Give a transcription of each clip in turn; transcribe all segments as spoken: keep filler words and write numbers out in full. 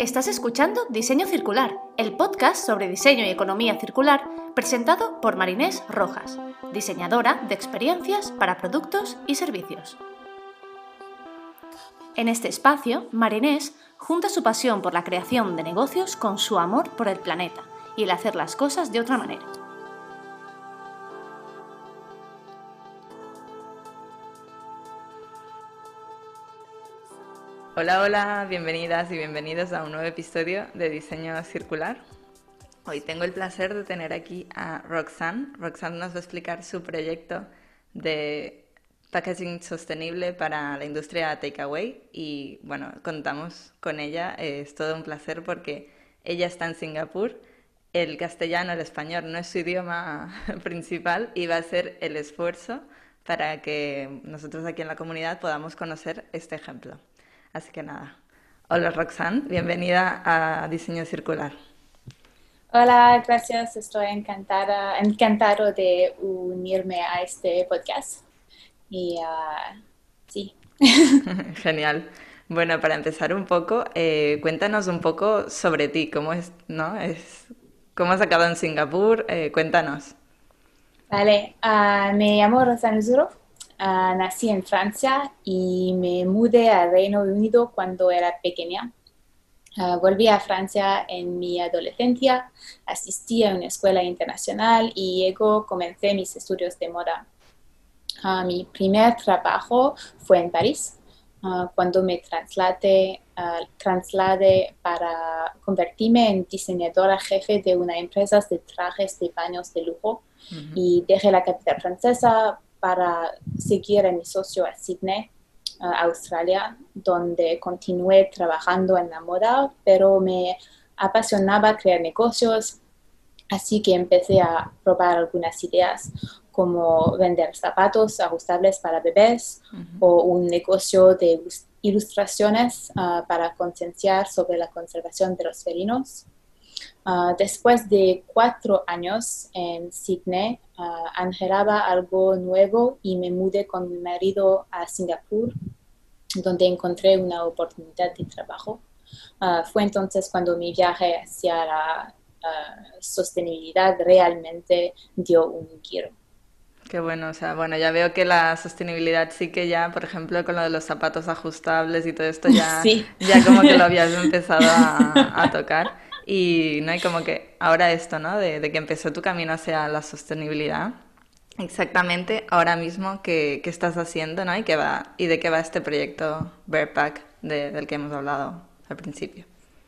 Estás escuchando Diseño Circular, el podcast sobre diseño y economía circular presentado por Marinés Rojas, diseñadora de experiencias para productos y servicios. En este espacio, Marinés junta su pasión por la creación de negocios con su amor por el planeta y el hacer las cosas de otra manera. Hola, hola, bienvenidas y bienvenidos a un nuevo episodio de Diseño Circular. Hoy tengo el placer de tener aquí a Roxanne. Roxanne nos va a explicar su proyecto de packaging sostenible para la industria takeaway y bueno, contamos con ella. Es todo un placer porque ella está en Singapur. El castellano, el español no es su idioma principal y va a ser el esfuerzo para que nosotros aquí en la comunidad podamos conocer este ejemplo. Así que nada. Hola Roxanne, bienvenida a Diseño Circular. Hola, gracias. Estoy encantada, encantado de unirme a este podcast. Y uh, sí. Genial. Bueno, para empezar un poco, eh, cuéntanos un poco sobre ti. ¿Cómo es, no? Es, ¿cómo has acabado en Singapur? Eh, cuéntanos. Vale, uh, me llamo Roxanne Zuro. Uh, nací en Francia y me mudé al Reino Unido cuando era pequeña. Uh, volví a Francia en mi adolescencia, asistí a una escuela internacional y luego comencé mis estudios de moda. Uh, mi primer trabajo fue en París, uh, cuando me trasladé, uh, trasladé para convertirme en diseñadora jefe de una empresa de trajes de baños de lujo. Uh-huh. Y dejé la capital francesa para seguir a mi socio a Sydney, uh, Australia, donde continué trabajando en la moda, pero me apasionaba crear negocios, así que empecé a probar algunas ideas, como vender zapatos ajustables para bebés, uh-huh, o un negocio de ilustraciones uh, para concienciar sobre la conservación de los felinos. Uh, después de cuatro años en Sydney, uh, anhelaba algo nuevo y me mudé con mi marido a Singapur, donde encontré una oportunidad de trabajo. Uh, fue entonces cuando mi viaje hacia la uh, sostenibilidad realmente dio un giro. Qué bueno, o sea, bueno, ya veo que la sostenibilidad sí que ya, por ejemplo, con lo de los zapatos ajustables y todo esto ya, sí. ya como que lo habías empezado a, a tocar. Y no hay como que ahora esto, ¿no? De, de que empezó tu camino hacia la sostenibilidad. Exactamente, ahora mismo, ¿qué, qué estás haciendo, ¿no? Y, qué va, y de qué va este proyecto Barepack de, del que hemos hablado al principio.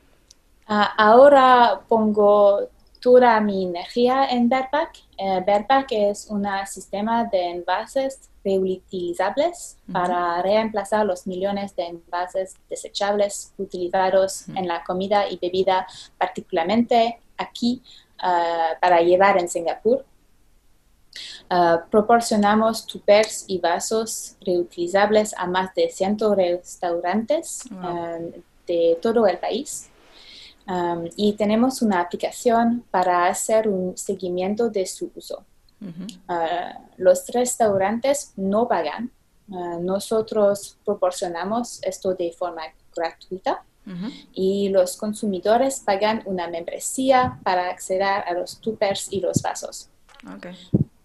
Uh, ahora pongo toda mi energía en Barepack. Uh, Barepack es un sistema de envases reutilizables, uh-huh, para reemplazar los millones de envases desechables utilizados, uh-huh, en la comida y bebida, particularmente aquí uh, para llevar en Singapur. Uh, proporcionamos tupers y vasos reutilizables a más de cien restaurantes, wow, uh, de todo el país. Um, y tenemos una aplicación para hacer un seguimiento de su uso. Uh-huh. Uh, los restaurantes no pagan. Uh, nosotros proporcionamos esto de forma gratuita. Uh-huh. Y los consumidores pagan una membresía para acceder a los tuppers y los vasos. Okay.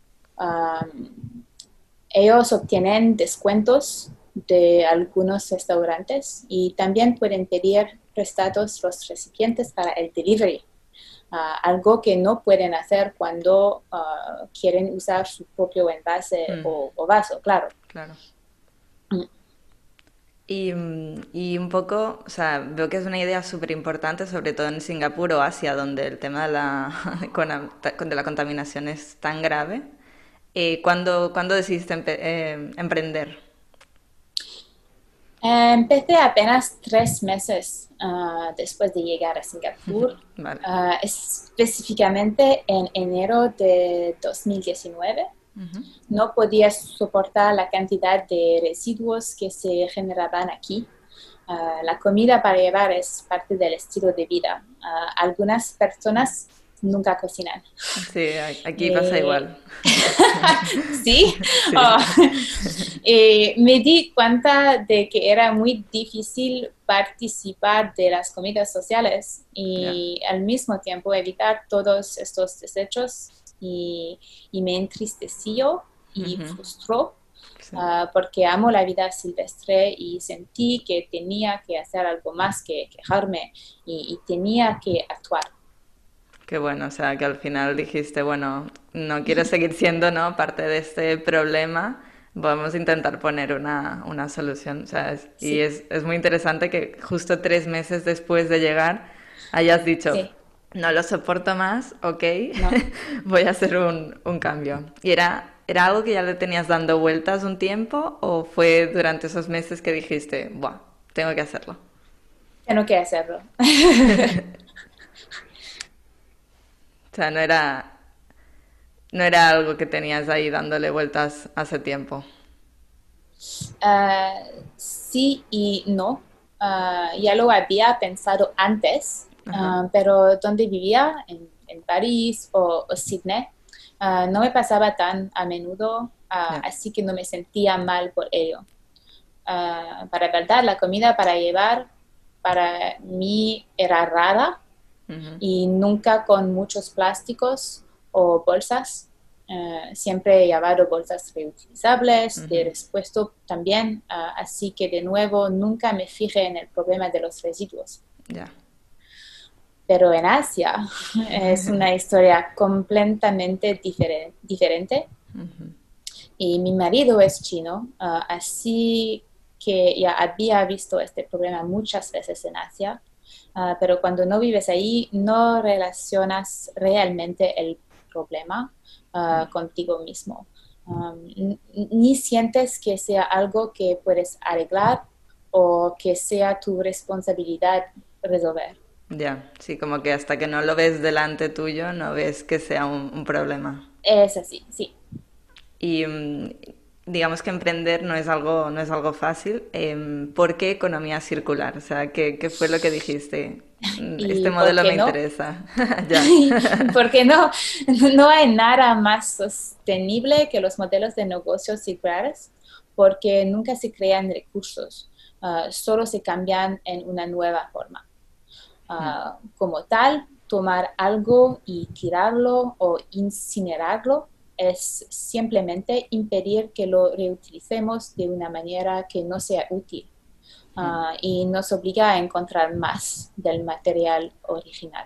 Um, ellos obtienen descuentos de algunos restaurantes y también pueden pedir prestados los recipientes para el delivery, uh, algo que no pueden hacer cuando uh, quieren usar su propio envase, mm, o, o vaso, claro. Claro. Mm. Y, y un poco, o sea, veo que es una idea súper importante, sobre todo en Singapur o Asia, donde el tema de la, de la contaminación es tan grave. Eh, ¿cuándo, ¿Cuándo decidiste empe eh, emprender? Empecé apenas tres meses uh, después de llegar a Singapur, vale. uh, específicamente en enero de dos mil diecinueve. Uh-huh. No podía soportar la cantidad de residuos que se generaban aquí. Uh, la comida para llevar es parte del estilo de vida. Uh, algunas personas nunca cocinan. Sí, a- aquí pasa Eh, igual. ¿Sí? Sí, Oh. Eh, me di cuenta de que era muy difícil participar de las comidas sociales ya. y al mismo tiempo evitar todos estos desechos y, y me entristeció y Ujú, frustró sí. ah, porque amo la vida silvestre y sentí que tenía que hacer algo más que quejarme y, y tenía que actuar. Qué bueno, o sea, que al final dijiste, bueno, no quiero seguir siendo, ¿no?, parte de este problema, vamos a intentar poner una, una solución, o sea, es- y Sí, es, es muy interesante que justo tres meses después de llegar hayas dicho, sí, no lo soporto más, ok, no. voy a hacer un, un cambio. ¿Y era, era algo que ya le tenías dando vueltas un tiempo o fue durante esos meses que dijiste, buah, tengo que hacerlo? Tengo que hacerlo. O sea, no era, no era algo que tenías ahí dándole vueltas hace tiempo. Ah, sí y no. Ah, ya lo había pensado antes, Ajá, ah, pero donde vivía, en, en París o, o Sydney, ah, no me pasaba tan a menudo, ah, ya. así que no me sentía mal por ello. Ah, para verdad, la comida para llevar para mí era rara Ujú, y nunca con muchos plásticos o bolsas. Eh, siempre he llevado bolsas reutilizables, de ujú, respuesto también, uh, así que de nuevo nunca me fijé en el problema de los residuos. ya. Pero en Asia es una historia completamente diferente, diferente Ujú, y mi marido es chino, uh, así que ya había visto este problema muchas veces en Asia, uh, pero cuando no vives ahí no relacionas realmente el problema uh, contigo mismo. Um, ni sientes que sea algo que puedes arreglar o que sea tu responsabilidad resolver. ya, sí, como que hasta que no lo ves delante tuyo, no ves que sea un, un problema. Es así, sí. Y mm, digamos que emprender no es algo, no es algo fácil. Em, ¿por qué economía circular? O sea, ¿qué, qué fue lo que dijiste? Mm, Este ¿Y por modelo qué me no? interesa. Ya. Porque no, no hay nada más sostenible que los modelos de negocios circulares, porque nunca se crean recursos, uh, solo se cambian en una nueva forma. Uh, como tal, tomar algo y tirarlo o incinerarlo es simplemente impedir que lo reutilicemos de una manera que no sea útil uh, y nos obliga a encontrar más del material original.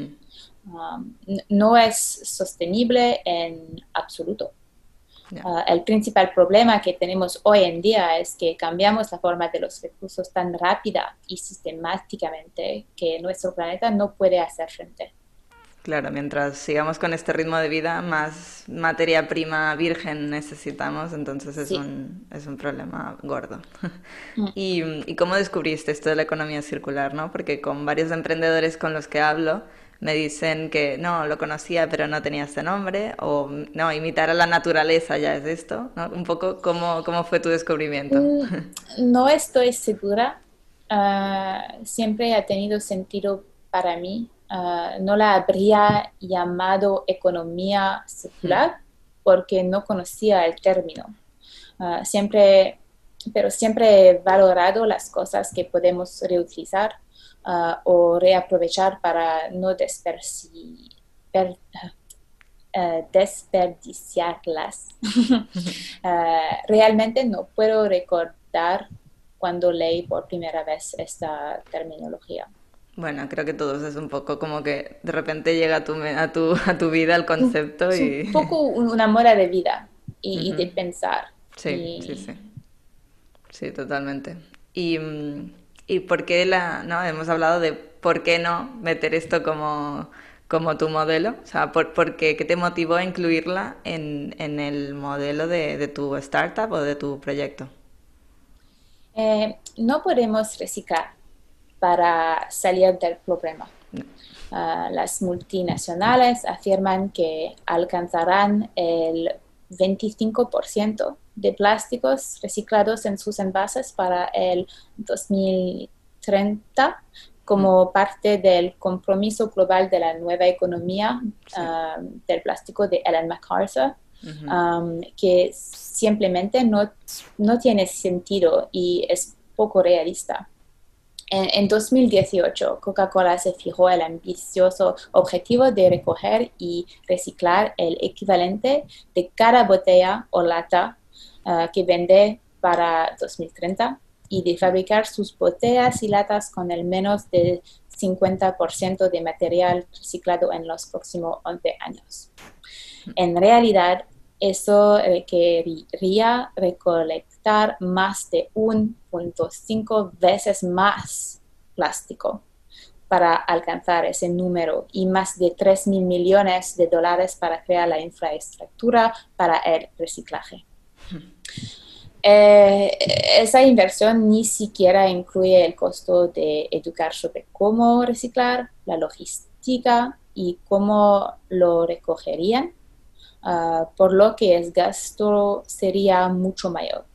Um, no es sostenible en absoluto. Ya. Uh, el principal problema que tenemos hoy en día es que cambiamos la forma de los recursos tan rápida y sistemáticamente que nuestro planeta no puede hacer frente. Claro, mientras sigamos con este ritmo de vida, más materia prima virgen necesitamos, entonces es Sí. un, es un problema gordo. Mm. ¿Y, y cómo descubriste esto de la economía circular, no? Porque con varios emprendedores con los que hablo me dicen que no, lo conocía pero no tenía este nombre, o no, imitar a la naturaleza ya es esto, ¿no? Un poco cómo, cómo fue tu descubrimiento. Mm, no estoy segura. Uh, siempre ha tenido sentido para mí. Uh, no la habría llamado economía circular porque no conocía el término. Uh, siempre, pero siempre he valorado las cosas que podemos reutilizar uh, o reaprovechar para no desperci per, uh, desperdiciarlas. uh, realmente no puedo recordar cuando leí por primera vez esta terminología. Bueno, creo que todos es un poco como que de repente llega a tu, me- a tu, a tu vida el concepto Es un y... poco una moda de vida y, y Ujú. de pensar. Sí, sí, Y, sí. Sí, totalmente. Y, mm, y por qué la, ¿no? Hemos hablado de por qué no meter esto como, como tu modelo. O sea, por, por qué, ¿qué te motivó a incluirla en, en el modelo de, de tu startup o de tu proyecto? eh, no podemos reciclar para salir del problema. Uh, las multinacionales afirman que alcanzarán el veinticinco por ciento de plásticos reciclados en sus envases para el dos mil treinta, como parte del compromiso global de la nueva economía Sí. um, del plástico de Ellen MacArthur, Ujú. um, que simplemente no, no tiene sentido y es poco realista. En, en dos mil dieciocho, Coca-Cola se fijó el ambicioso objetivo de recoger y reciclar el equivalente de cada botella o lata uh, que vende para dos mil treinta y de fabricar sus botellas y latas con el menos del cincuenta por ciento de material reciclado en los próximos once años. En realidad, eso requeriría recolectar más de uno punto cinco veces más plástico para alcanzar ese número y más de tres mil millones de dólares para crear la infraestructura para el reciclaje. Eh, esa inversión ni siquiera incluye el costo de educar sobre cómo reciclar, la logística y cómo lo recogerían. Uh, por lo que el gasto sería mucho mayor.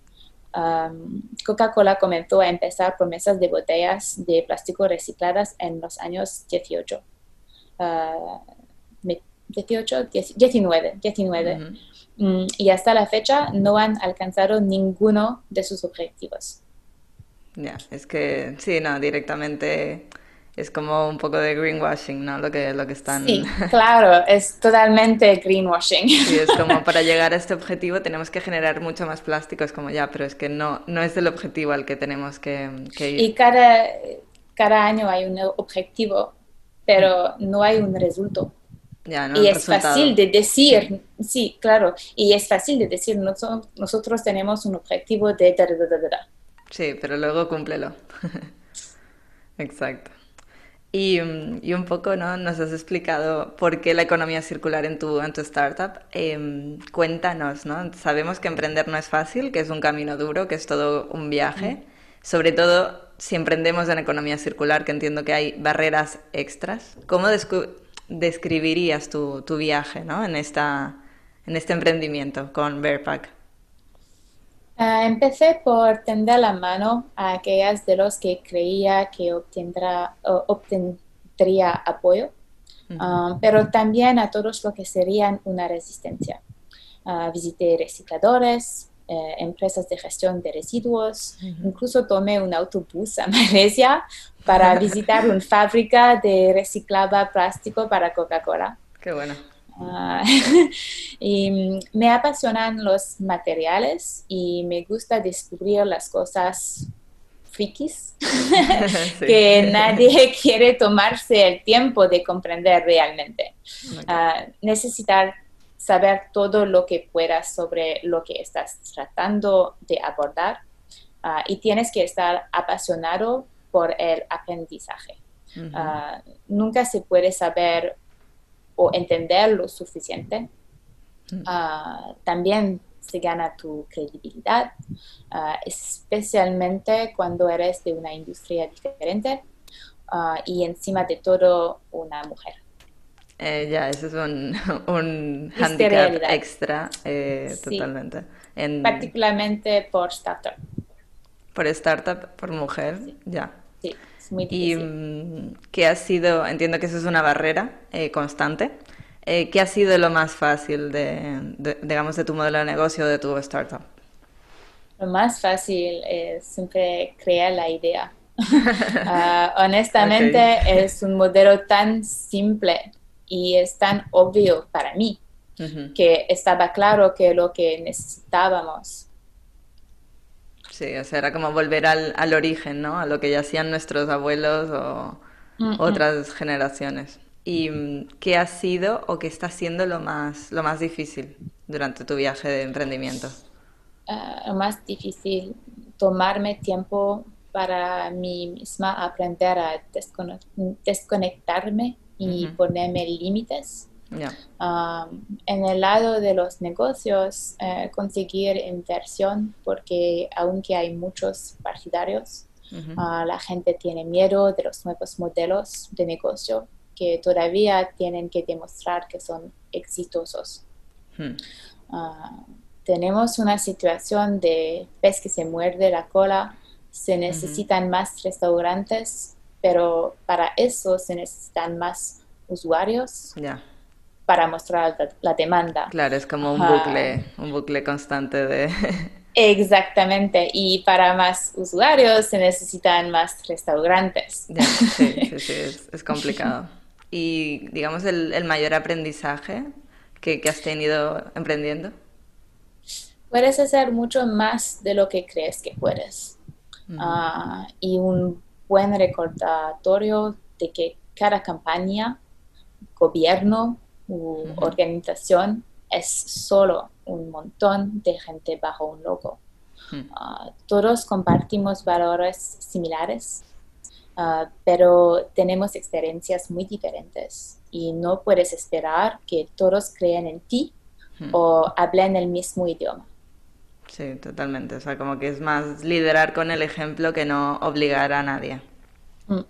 Um, Coca-Cola comenzó a empezar promesas de botellas de plástico recicladas en los años dieciocho. Uh, dieciocho, diecinueve, diecinueve. Uh-huh. um, y hasta la fecha no han alcanzado ninguno de sus objetivos. Ya, yeah, es que sí, no, directamente... Es como un poco de greenwashing, ¿no? Lo que, lo que están... Sí, claro, es totalmente greenwashing. Sí, es como para llegar a este objetivo tenemos que generar mucho más plástico. Es como ya, pero es que no, no es el objetivo al que tenemos que, que ir. Y cada, cada año hay un objetivo, pero no hay un resultado. Ya, no y un es resultado. Fácil de decir, sí, claro, y es fácil de decir, nosotros, nosotros tenemos un objetivo de... Da, da, da, da, da. Sí, pero luego cúmplelo. Exacto. Y, y un poco, ¿no? Nos has explicado por qué la economía circular en tu, en tu startup. Eh, cuéntanos, ¿no? Sabemos que emprender no es fácil, que es un camino duro, que es todo un viaje. Mm. Sobre todo si emprendemos en economía circular, que entiendo que hay barreras extras. ¿Cómo describirías tu, tu viaje, ¿no? en, esta, en este emprendimiento con Bearpack? Uh, empecé por tender la mano a aquellas de los que creía que obtendrá, uh, obtendría apoyo, uh-huh. uh, pero también a todos los que serían una resistencia. Uh, visité recicladores, eh, empresas de gestión de residuos, uh-huh. incluso tomé un autobús a Malaysia para visitar una fábrica de reciclaba plástico para Coca-Cola. Qué bueno. Uh, y me apasionan los materiales y me gusta descubrir las cosas frikis sí. que nadie quiere tomarse el tiempo de comprender realmente. Okay. Uh, necesitar saber todo lo que puedas sobre lo que estás tratando de abordar uh, y tienes que estar apasionado por el aprendizaje. Uh-huh. Uh, nunca se puede saber o entender lo suficiente. Uh, también se gana tu credibilidad, uh, especialmente cuando eres de una industria diferente uh, y encima de todo una mujer. Eh, ya, eso es un, un handicap extra, eh, sí. Totalmente. En... Particularmente por startup. Por startup, por mujer, sí. ya. Sí. Muy y ¿qué ha sido? Entiendo que eso es una barrera eh, constante. Eh, ¿Qué ha sido lo más fácil de, de, digamos, de tu modelo de negocio o de tu startup? Lo más fácil es siempre crear la idea. uh, honestamente, okay. es un modelo tan simple y es tan obvio para mí uh-huh. que estaba claro que lo que necesitábamos. Sí, o sea, era como volver al, al origen, ¿no? A lo que ya hacían nuestros abuelos o uh-uh. otras generaciones. ¿Y qué ha sido o qué está siendo lo más, lo más difícil durante tu viaje de emprendimiento? Uh, lo más difícil, tomarme tiempo para mí misma, aprender a descone- desconectarme y uh-huh. ponerme límites. Yeah. Um, en el lado de los negocios, eh, conseguir inversión, porque aunque hay muchos partidarios, uh-huh. uh, la gente tiene miedo de los nuevos modelos de negocio que todavía tienen que demostrar que son exitosos. Hmm. Uh, tenemos una situación de pez que se muerde la cola, se necesitan uh-huh. más restaurantes pero para eso se necesitan más usuarios Ya. para mostrar la, la demanda. Claro, es como un Ajá. bucle, un bucle constante de... Exactamente, y para más usuarios se necesitan más restaurantes. Ya, sí, sí, sí, es, es complicado. Y digamos el, el mayor aprendizaje que, que has tenido emprendiendo. Puedes hacer mucho más de lo que crees que puedes. Ujú, Ah, y un buen recordatorio de que cada campaña, gobierno u ujú, organización es solo un montón de gente bajo un logo. ujú. Ah, todos compartimos valores similares, ah, pero tenemos experiencias muy diferentes y no puedes esperar que todos crean en ti o hablen el mismo idioma. Sí, totalmente. O sea, como que es más liderar con el ejemplo que no obligar a nadie. Mm.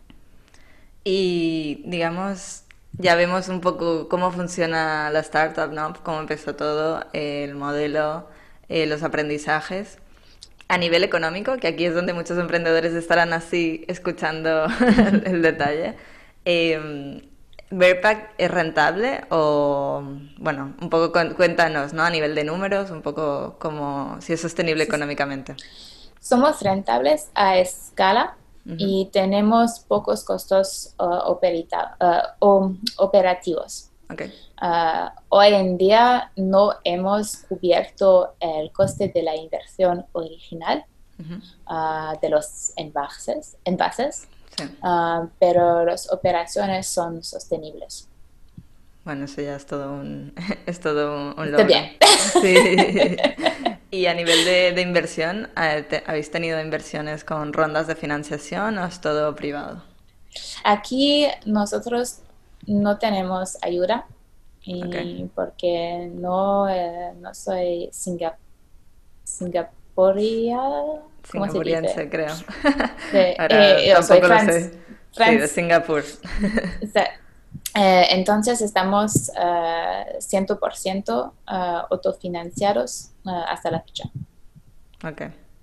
Y digamos, ya vemos un poco cómo funciona la startup, ¿no? Cómo empezó todo, el modelo, eh, los aprendizajes. A nivel económico, que aquí es donde muchos emprendedores estarán así escuchando el detalle. Eh, ¿Bearpack es rentable? O, bueno, un poco cu- cuéntanos, ¿no? A nivel de números, un poco como si es sostenible Sí, económicamente. somos rentables a escala Ujú. y tenemos pocos costos uh, operita- uh, o- operativos. Ok. Uh, hoy en día no hemos cubierto el coste de la inversión original Ujú. uh, de los envases, envases Sí. uh, pero las operaciones son sostenibles. Bueno, eso ya es todo un, es todo un, un Está logro. bien. Sí. Y a nivel de, de inversión, eh, te- ¿habéis tenido inversiones con rondas de financiación o es todo privado? Aquí nosotros no tenemos ayuda Ok. y porque no, eh, no soy singa- singapuria, ¿cómo se dice? Singapuriense, creo. De, Ahora eh, yo soy tampoco lo trans, sé. Sí, de trans, Singapur. o sea, eh, entonces estamos eh, cien por ciento eh, autofinanciados eh, hasta la fecha. Ok.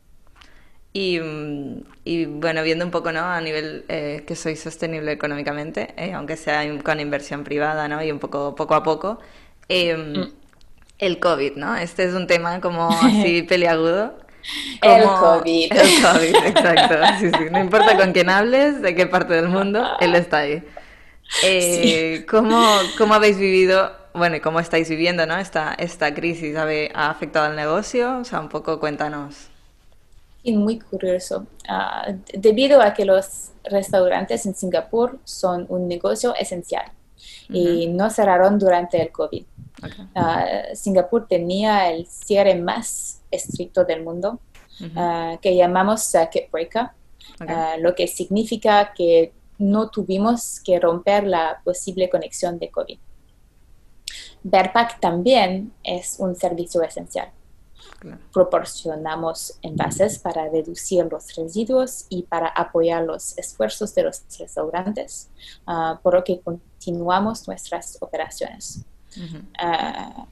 Y, mm, y, bueno, viendo un poco, ¿no? A nivel eh, que soy sostenible económicamente, eh, aunque sea in- con inversión privada, ¿no? Y un poco poco a poco. eh, Mm. el COVID, ¿no? Este es un tema como así peliagudo. El Como COVID. el COVID, exacto. Sí, sí. No importa con quién hables, de qué parte del mundo, él está ahí. Sí. Eh, ¿cómo, cómo habéis vivido, bueno, y cómo estáis viviendo, ¿no? Esta, esta crisis ¿habe- ha afectado al negocio? O sea, un poco cuéntanos. Y muy curioso, ah, debido a que los restaurantes en Singapur son un negocio esencial Ujú. y no cerraron durante el COVID. Ok. Ah, Singapur tenía el cierre más estricto del mundo, Ujú. ah, que llamamos circuit breaker, Ok. ah, lo que significa que no tuvimos que romper la posible conexión de COVID. Bearpack también es un servicio esencial. Claro. Proporcionamos envases para reducir los residuos y para apoyar los esfuerzos de los restaurantes, uh, por lo que continuamos nuestras operaciones. Ujú. Uh,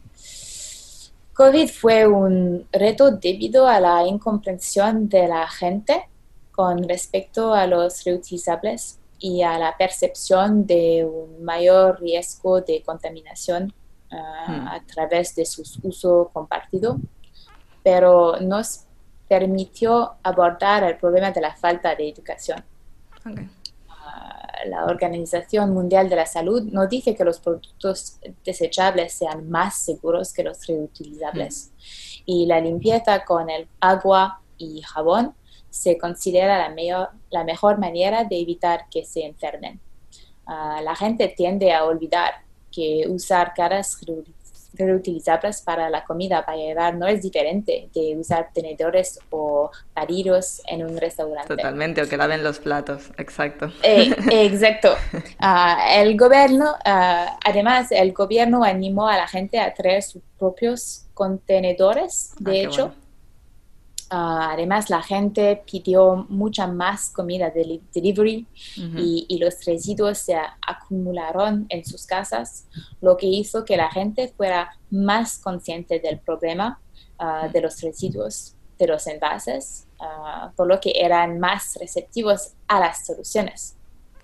COVID fue un reto debido a la incomprensión de la gente con respecto a los reutilizables y a la percepción de un mayor riesgo de contaminación uh, Hmm. a través de su uso compartido, pero nos permitió abordar el problema de la falta de educación. Ok. Uh, la Organización Mundial de la Salud no dice que los productos desechables sean más seguros que los Hmm. reutilizables. Y la limpieza con el agua y jabón se considera la, mayor, la mejor manera de evitar que se enfermen. Uh, la gente tiende a olvidar que usar caras reutilizables para la comida para llevar no es diferente de usar tenedores o palillos en un restaurante. Totalmente, o que laven los platos, exacto. Eh, exacto. Uh, el gobierno, uh, además, el gobierno animó a la gente a traer sus propios contenedores, Ah, de qué bueno. hecho. Uh, además, la gente pidió mucha más comida de delivery Ujú. y, y los residuos se acumularon en sus casas, lo que hizo que la gente fuera más consciente del problema uh, de los residuos, de los envases, uh, por lo que eran más receptivos a las soluciones.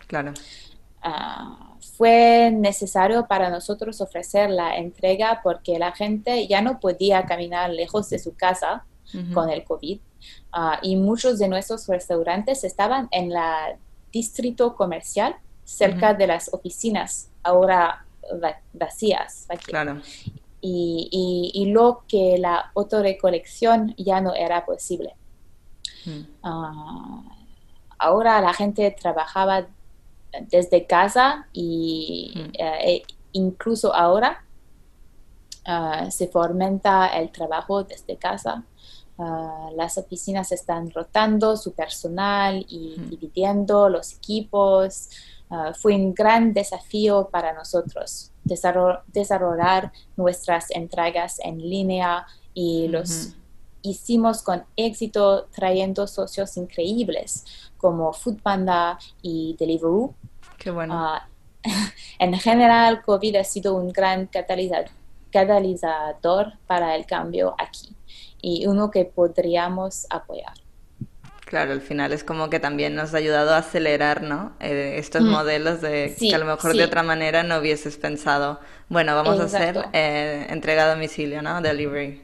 Claro. Uh, fue necesario para nosotros ofrecer la entrega porque la gente ya no podía caminar lejos de su casa uh-huh. con el COVID uh, y muchos de nuestros restaurantes estaban en la distrito comercial cerca uh-huh. de las oficinas ahora vacías aquí. Claro. Y, y, y lo que la autorrecolección ya no era posible. Uh-huh. Uh, ahora la gente trabajaba desde casa y uh, e incluso ahora uh, se fomenta el trabajo desde casa. Uh, las oficinas están rotando su personal y uh-huh. dividiendo los equipos. Uh, fue un gran desafío para nosotros desarroll desarrollar nuestras entregas en línea y uh-huh. los hicimos con éxito trayendo socios increíbles como Foodpanda y Deliveroo. Qué bueno. Uh, en general, COVID ha sido un gran catalizador, catalizador para el cambio aquí y uno que podríamos apoyar. Claro, al final es como que también nos ha ayudado a acelerar, ¿no? Eh, estos mm. modelos de sí, que a lo mejor sí. de otra manera no hubieses pensado, bueno, vamos Exacto. a hacer eh, entrega a domicilio, ¿no? Delivery.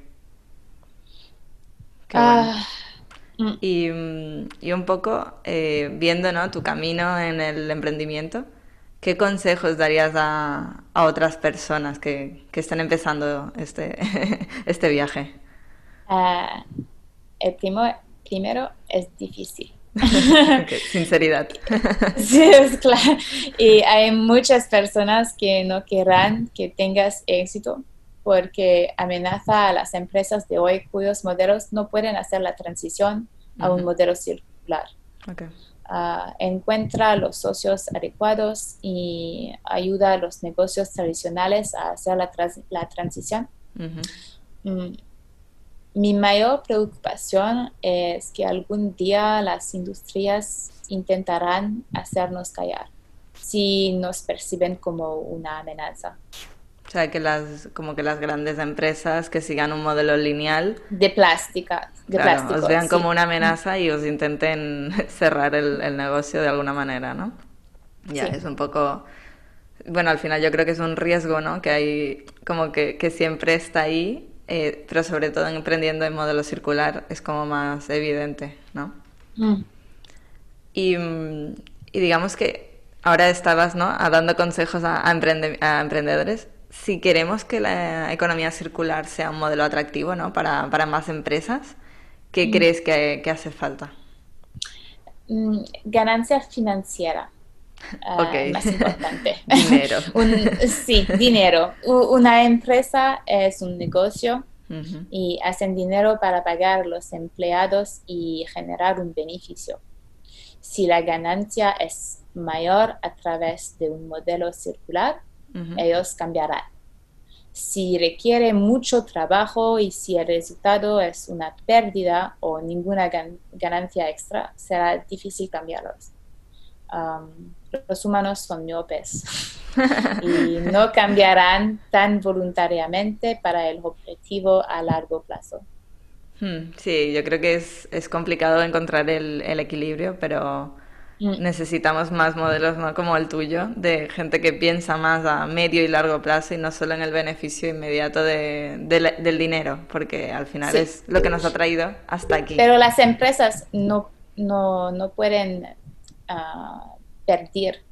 Qué bueno. Uh, mm. y, y un poco eh, viendo, ¿no? tu camino en el emprendimiento, ¿qué consejos darías a, a otras personas que, que están empezando este, este viaje? Uh, el primo, primero es difícil. Okay, sinceridad. Sí, es claro. Y hay muchas personas que no querrán que tengas éxito porque amenaza a las empresas de hoy cuyos modelos no pueden hacer la transición uh-huh. a un modelo circular. Okay. Uh, encuentra los socios adecuados y ayuda a los negocios tradicionales a hacer la, trans la transición. Uh-huh. mm, mi mayor preocupación es que algún día las industrias intentarán hacernos callar si nos perciben como una amenaza. O sea, que las, como que las grandes empresas que sigan un modelo lineal de plástica, de claro, plástico, os vean sí. como una amenaza y os intenten cerrar el, el negocio de alguna manera, ¿no? Ya, sí. Es un poco... Bueno, al final yo creo que es un riesgo, ¿no? Que hay como que, que siempre está ahí, eh, pero sobre todo emprendiendo en modelo circular es como más evidente, ¿no? Mm. Y, y digamos que ahora estabas, ¿no? A dando consejos a, a, emprende, a emprendedores. Si queremos que la economía circular sea un modelo atractivo, ¿no? para, para más empresas, ¿qué mm. crees que, que hace falta? Mm, ganancia financiera. Uh, okay. Más importante. Dinero. un, sí, dinero. Una empresa es un negocio uh-huh. y hacen dinero para pagar los empleados y generar un beneficio. Si la ganancia es mayor a través de un modelo circular, uh-huh. ellos cambiarán. Si requiere mucho trabajo y si el resultado es una pérdida o ninguna gan ganancia extra, será difícil cambiarlos. Um, los humanos son miopes y no cambiarán tan voluntariamente para el objetivo a largo plazo. Hmm, sí, yo creo que es, es complicado encontrar el, el equilibrio, pero mm. necesitamos más modelos, ¿no? Como el tuyo, de gente que piensa más a medio y largo plazo y no solo en el beneficio inmediato de, de, del dinero, porque al final sí. es lo que nos ha traído hasta aquí. Pero las empresas no, no, no pueden... Uh, perder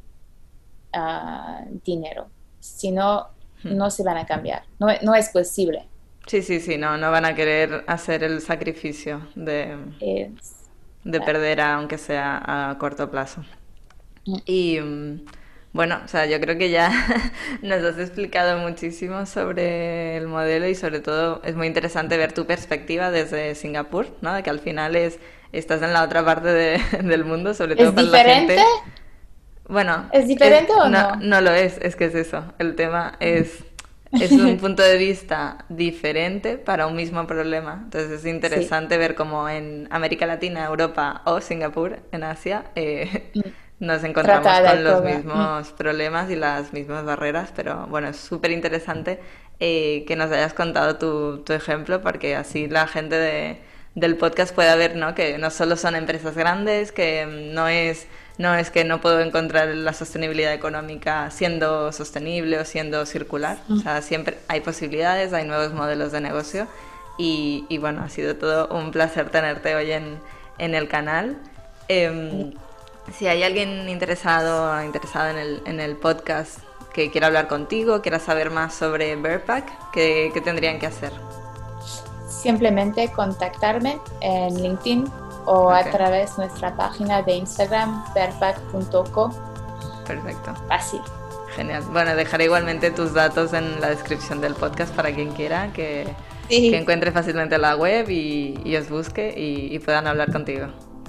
uh, dinero, si no, hmm. no se van a cambiar, no, no es posible. Sí, sí, sí, no, no van a querer hacer el sacrificio de, es, de perder, a, aunque sea a corto plazo. Hmm. Y bueno, o sea, yo creo que ya nos has explicado muchísimo sobre el modelo y sobre todo es muy interesante ver tu perspectiva desde Singapur, ¿no? De que al final es estás en la otra parte de, del mundo, sobre todo para la gente. ¿Es diferente? Bueno, ¿es diferente es, o no? no? No lo es, es que es eso. El tema es, es un punto de vista diferente para un mismo problema. Entonces es interesante sí. ver cómo en América Latina, Europa o Singapur, en Asia, eh, mm. nos encontramos Tratada con los mismos mm. problemas y las mismas barreras. Pero bueno, es súper interesante eh, que nos hayas contado tu, tu ejemplo, porque así la gente de... del podcast pueda ver, ¿no? Que no solo son empresas grandes, que no es, no es que no puedo encontrar la sostenibilidad económica siendo sostenible o siendo circular. Mm. O sea, siempre hay posibilidades, hay nuevos modelos de negocio y, y bueno, ha sido todo un placer tenerte hoy en, en el canal. Eh, si hay alguien interesado, interesado en el, en el podcast que quiera hablar contigo, quiera saber más sobre Bearpack, ¿qué, qué tendrían que hacer? Simplemente contactarme en LinkedIn o okay. a través de nuestra página de Instagram, bearpack punto co. Perfecto. Fácil. Genial. Bueno, dejaré igualmente tus datos en la descripción del podcast para quien quiera que, sí. que encuentre fácilmente la web y, y os busque y, y puedan hablar contigo.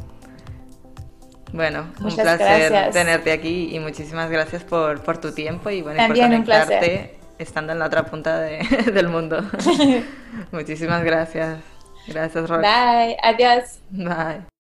Bueno, Muchas un placer gracias. tenerte aquí y muchísimas gracias por, por tu tiempo y, bueno, y por También conectarte un placer. estando en la otra punta de, del mundo. Muchísimas gracias. Gracias, Rox. Bye. Adiós. Bye.